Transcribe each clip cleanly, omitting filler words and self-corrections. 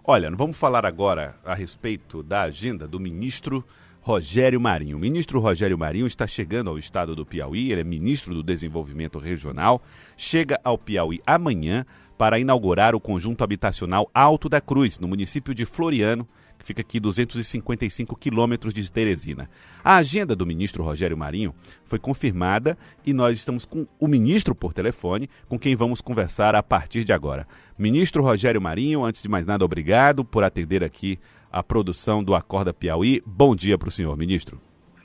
Olha, vamos falar agora a respeito da agenda do ministro Rogério Marinho. O ministro Rogério Marinho está chegando ao estado do Piauí, ele é ministro do Desenvolvimento Regional, chega ao Piauí amanhã para inaugurar o conjunto habitacional Alto da Cruz, no município de Floriano, que fica aqui 255 quilômetros de Teresina. A agenda do ministro Rogério Marinho foi confirmada e nós estamos com o ministro por telefone, com quem vamos conversar a partir de agora. Ministro Rogério Marinho, antes de mais nada, obrigado por atender aqui a produção do Acorda Piauí. Bom dia para o senhor, ministro.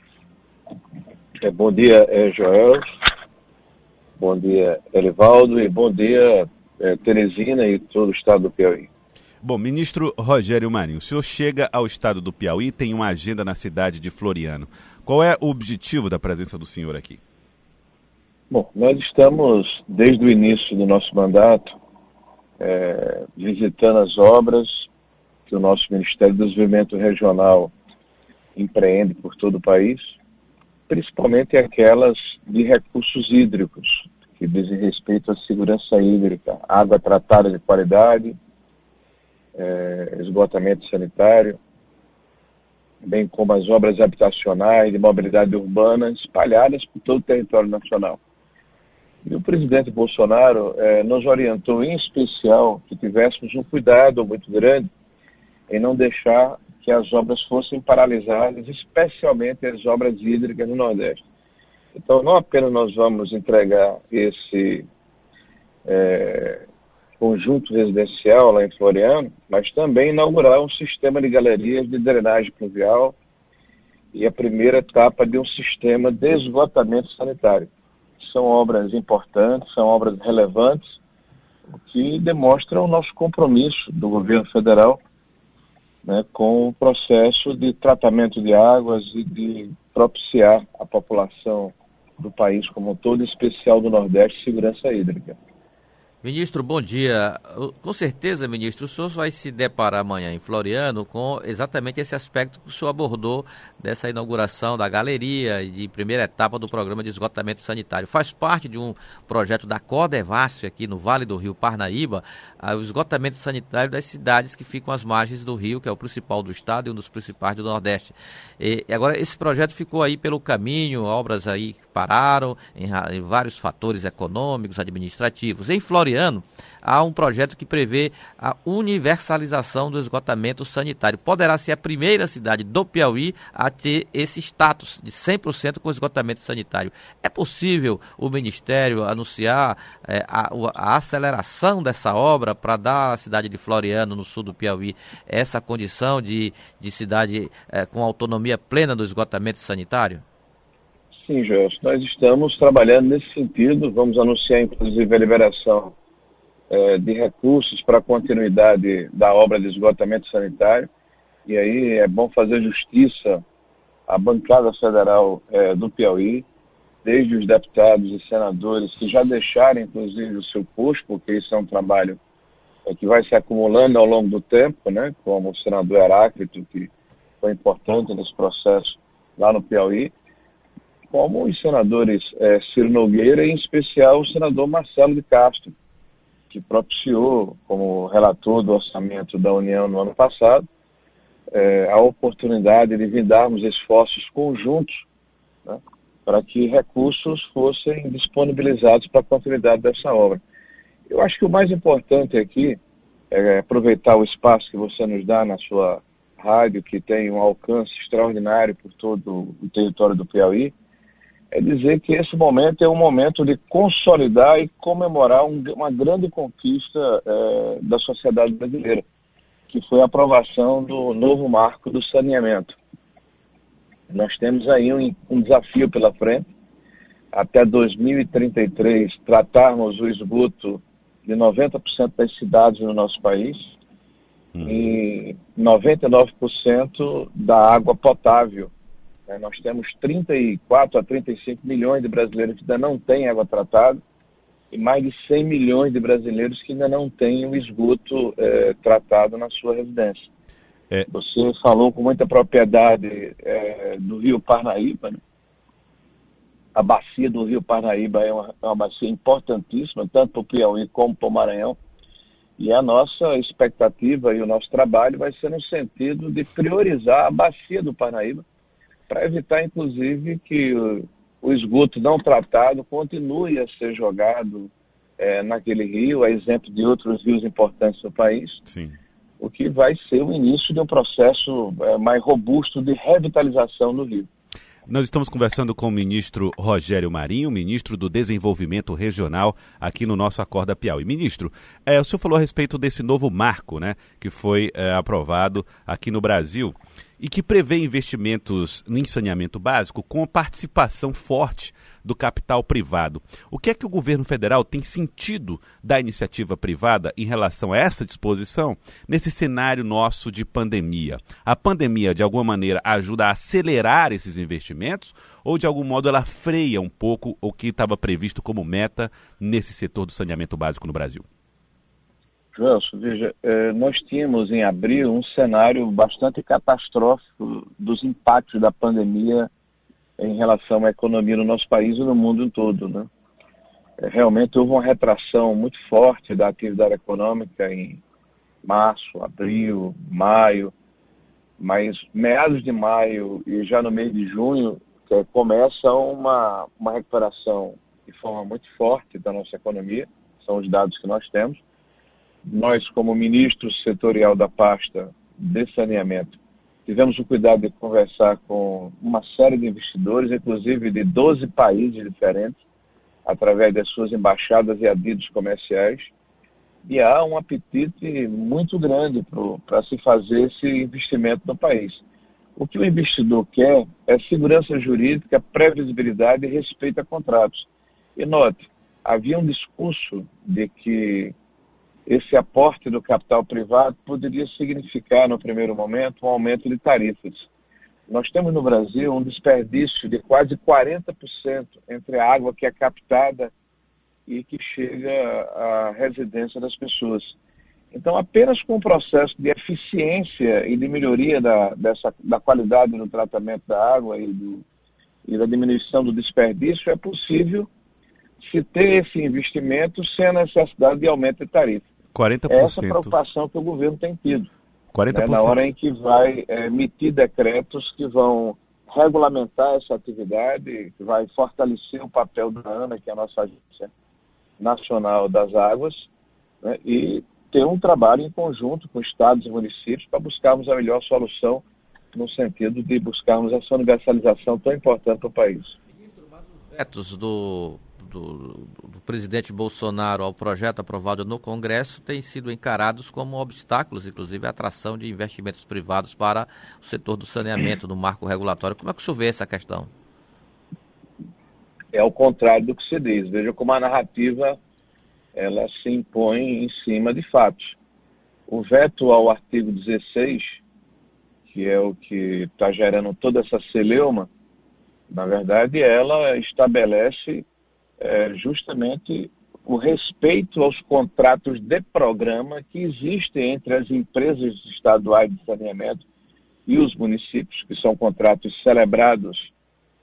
Bom dia, Joel. Bom dia, Elivaldo. E bom dia, Teresina e todo o estado do Piauí. Bom, ministro Rogério Marinho, o senhor chega ao estado do Piauí e tem uma agenda na cidade de Floriano. Qual é o objetivo da presença do senhor aqui? Bom, nós estamos, desde o início do nosso mandato, visitando as obras que o nosso Ministério do Desenvolvimento Regional empreende por todo o país, principalmente aquelas de recursos hídricos, que dizem respeito à segurança hídrica, água tratada de qualidade, esgotamento sanitário, bem como as obras habitacionais de mobilidade urbana espalhadas por todo o território nacional. E o presidente Bolsonaro nos orientou, em especial, que tivéssemos um cuidado muito grande em não deixar que as obras fossem paralisadas, especialmente as obras hídricas no Nordeste. Então, não apenas nós vamos entregar esse conjunto residencial lá em Floriano, mas também inaugurar um sistema de galerias de drenagem pluvial e a primeira etapa de um sistema de esgotamento sanitário. São obras importantes, são obras relevantes, o que demonstra o nosso compromisso do governo federal, né, com o processo de tratamento de águas e de propiciar à população do país como um todo, em especial do Nordeste, segurança hídrica. Ministro, bom dia. Com certeza, ministro, o senhor vai se deparar amanhã em Floriano com exatamente esse aspecto que o senhor abordou dessa inauguração da galeria e de primeira etapa do programa de esgotamento sanitário. Faz parte de um projeto da Codevasf aqui no Vale do Rio Parnaíba, o esgotamento sanitário das cidades que ficam às margens do rio, que é o principal do estado e um dos principais do Nordeste. E agora esse projeto ficou aí pelo caminho, obras aí que pararam em vários fatores econômicos, administrativos. Em Floriano, há um projeto que prevê a universalização do esgotamento sanitário. Poderá ser a primeira cidade do Piauí a ter esse status de 100% com esgotamento sanitário. É possível o Ministério anunciar a aceleração dessa obra para dar à cidade de Floriano, no sul do Piauí, essa condição de cidade com autonomia plena do esgotamento sanitário? Sim, Gelson, nós estamos trabalhando nesse sentido. Vamos anunciar, inclusive, a liberação de recursos para a continuidade da obra de esgotamento sanitário. E aí é bom fazer justiça à bancada federal do Piauí, desde os deputados e senadores que já deixaram, inclusive, o seu posto, porque isso é um trabalho que vai se acumulando ao longo do tempo, né? Como o senador Heráclito, que foi importante nesse processo lá no Piauí, como os senadores Ciro Nogueira e, em especial, o senador Marcelo de Castro, que propiciou, como relator do orçamento da União no ano passado, a oportunidade de vindarmos esforços conjuntos, né, para que recursos fossem disponibilizados para a continuidade dessa obra. Eu acho que o mais importante aqui é aproveitar o espaço que você nos dá na sua rádio, que tem um alcance extraordinário por todo o território do Piauí, é dizer que esse momento é um momento de consolidar e comemorar uma grande conquista da sociedade brasileira, que foi a aprovação do novo marco do saneamento. Nós temos aí um desafio pela frente, até 2033, tratarmos o esgoto de 90% das cidades no nosso país e 99% da água potável. Nós temos 34 a 35 milhões de brasileiros que ainda não têm água tratada e mais de 100 milhões de brasileiros que ainda não têm o esgoto tratado na sua residência. Você falou com muita propriedade do Rio Parnaíba, né? A bacia do Rio Parnaíba é uma bacia importantíssima, tanto para o Piauí como para o Maranhão. E a nossa expectativa e o nosso trabalho vai ser no sentido de priorizar a bacia do Parnaíba, para evitar, inclusive, que o esgoto não tratado continue a ser jogado naquele rio, a exemplo de outros rios importantes do país. Sim. O que vai ser o início de um processo mais robusto de revitalização do rio. Nós estamos conversando com o ministro Rogério Marinho, ministro do Desenvolvimento Regional, aqui no nosso Acorda Piauí. Ministro, o senhor falou a respeito desse novo marco, né, que foi aprovado aqui no Brasil e que prevê investimentos em saneamento básico com participação forte do capital privado. O que é que o governo federal tem sentido da iniciativa privada em relação a essa disposição nesse cenário nosso de pandemia? A pandemia, de alguma maneira, ajuda a acelerar esses investimentos ou, de algum modo, ela freia um pouco o que estava previsto como meta nesse setor do saneamento básico no Brasil? Joelson, veja, nós tínhamos em abril um cenário bastante catastrófico dos impactos da pandemia em relação à economia no nosso país e no mundo todo, né? Realmente houve uma retração muito forte da atividade econômica em março, abril, maio, mas meados de maio e já no mês de junho começa uma recuperação de forma muito forte da nossa economia, são os dados que nós temos. Nós, como ministro setorial da pasta de saneamento, tivemos o cuidado de conversar com uma série de investidores, inclusive de 12 países diferentes, através das suas embaixadas e adidos comerciais, e há um apetite muito grande para se fazer esse investimento no país. O que o investidor quer é segurança jurídica, previsibilidade e respeito a contratos. E note, havia um discurso de que esse aporte do capital privado poderia significar, no primeiro momento, um aumento de tarifas. Nós temos no Brasil um desperdício de quase 40% entre a água que é captada e que chega à residência das pessoas. Então, apenas com o processo de eficiência e de melhoria da qualidade do tratamento da água e da diminuição do desperdício, é possível se ter esse investimento sem a necessidade de aumento de tarifa. 40%. Essa é a preocupação que o governo tem tido. 40%. Na hora em que vai emitir decretos que vão regulamentar essa atividade, que vai fortalecer o papel da ANA, que é a nossa Agência Nacional das Águas, né, e ter um trabalho em conjunto com estados e municípios para buscarmos a melhor solução no sentido de buscarmos essa universalização tão importante para o país. Ministro, mas os vetos do presidente Bolsonaro ao projeto aprovado no Congresso têm sido encarados como obstáculos, inclusive a atração de investimentos privados para o setor do saneamento, do marco regulatório. Como é que o senhor vê essa questão? É o contrário do que se diz. Veja como a narrativa ela se impõe em cima de fatos. O veto ao artigo 16, que é o que está gerando toda essa celeuma, na verdade ela estabelece justamente o respeito aos contratos de programa que existem entre as empresas estaduais de saneamento e os municípios, que são contratos celebrados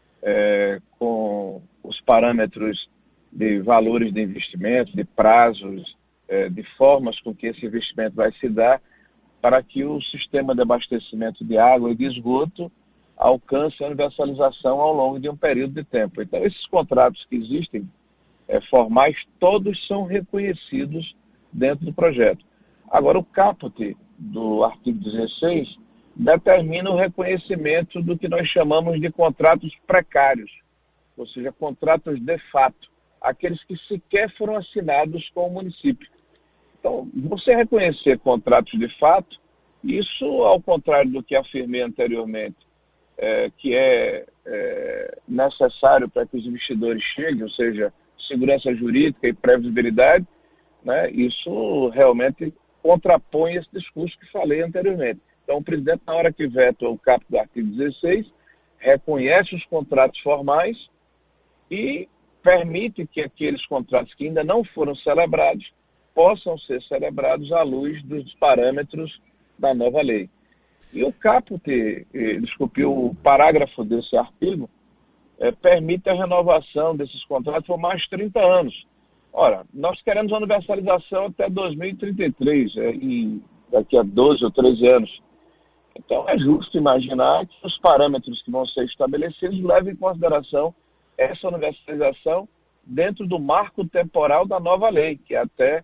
com os parâmetros de valores de investimento, de prazos, de formas com que esse investimento vai se dar para que o sistema de abastecimento de água e de esgoto alcance a universalização ao longo de um período de tempo. Então, esses contratos que existem, formais, todos são reconhecidos dentro do projeto. Agora, o caput do artigo 16 determina o reconhecimento do que nós chamamos de contratos precários, ou seja, contratos de fato, aqueles que sequer foram assinados com o município. Então, você reconhecer contratos de fato, isso, ao contrário do que afirmei anteriormente, que é necessário para que os investidores cheguem, ou seja, segurança jurídica e previsibilidade, né, isso realmente contrapõe esse discurso que falei anteriormente. Então, o presidente, na hora que veta o caput do artigo 16, reconhece os contratos formais e permite que aqueles contratos que ainda não foram celebrados possam ser celebrados à luz dos parâmetros da nova lei. E o caput, o parágrafo desse artigo, permite a renovação desses contratos por mais 30 anos. Ora, nós queremos a universalização até 2033, e daqui a 12 ou 13 anos. Então é justo imaginar que os parâmetros que vão ser estabelecidos levem em consideração essa universalização dentro do marco temporal da nova lei, que é até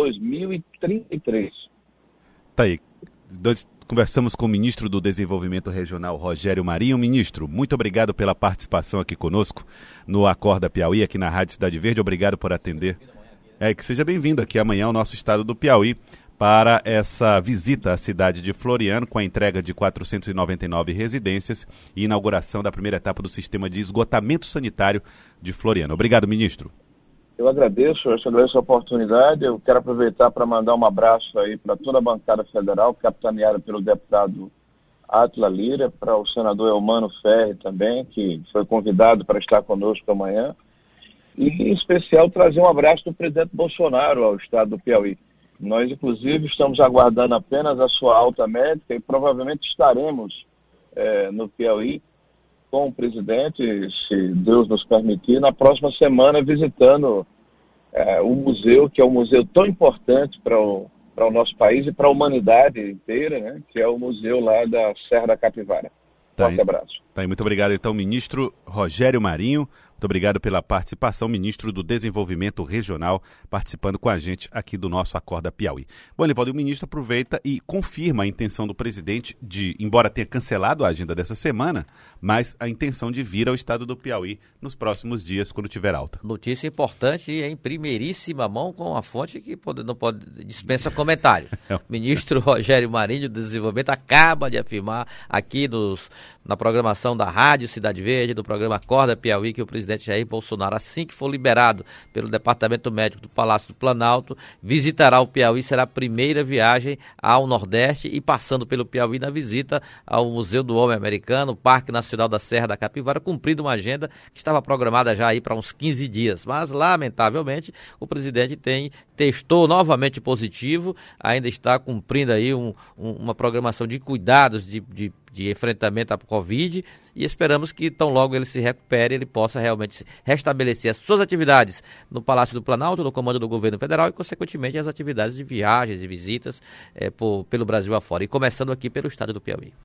2033. Tá aí. Conversamos com o ministro do Desenvolvimento Regional, Rogério Marinho. Ministro, muito obrigado pela participação aqui conosco no Acorda Piauí, aqui na Rádio Cidade Verde. Obrigado por atender. Que seja bem-vindo aqui amanhã ao nosso estado do Piauí para essa visita à cidade de Floriano, com a entrega de 499 residências e inauguração da primeira etapa do sistema de esgotamento sanitário de Floriano. Obrigado, ministro. Eu agradeço a oportunidade. Eu quero aproveitar para mandar um abraço aí para toda a bancada federal, capitaneada pelo deputado Átila Lira, para o senador Elmano Ferri também, que foi convidado para estar conosco amanhã. E, em especial, trazer um abraço do presidente Bolsonaro ao estado do Piauí. Nós, inclusive, estamos aguardando apenas a sua alta médica e provavelmente estaremos no Piauí com o presidente, se Deus nos permitir, na próxima semana visitando o museu, que é um museu tão importante para o nosso país e para a humanidade inteira, né, que é o museu lá da Serra da Capivara. Forte abraço. Tá aí, muito obrigado, então, ministro Rogério Marinho. Muito obrigado pela participação, ministro do Desenvolvimento Regional, participando com a gente aqui do nosso Acorda Piauí. Bom, Elivaldo, o ministro aproveita e confirma a intenção do presidente de, embora tenha cancelado a agenda dessa semana, mas a intenção de vir ao estado do Piauí nos próximos dias, quando tiver alta. Notícia importante e em primeiríssima mão, com uma fonte que não pode dispensa comentário. O ministro Rogério Marinho do Desenvolvimento acaba de afirmar aqui na programação da Rádio Cidade Verde, do programa Acorda Piauí, que o presidente Jair Bolsonaro, assim que for liberado pelo Departamento Médico do Palácio do Planalto, visitará o Piauí. Será a primeira viagem ao Nordeste e passando pelo Piauí na visita ao Museu do Homem Americano, Parque Nacional da Serra da Capivara, cumprindo uma agenda que estava programada já aí para uns 15 dias. Mas, lamentavelmente, o presidente testou novamente positivo, ainda está cumprindo aí uma programação de cuidados de enfrentamento à Covid, e esperamos que tão logo ele se recupere, ele possa realmente restabelecer as suas atividades no Palácio do Planalto, no comando do governo federal e, consequentemente, as atividades de viagens e visitas pelo Brasil afora, e começando aqui pelo estado do Piauí.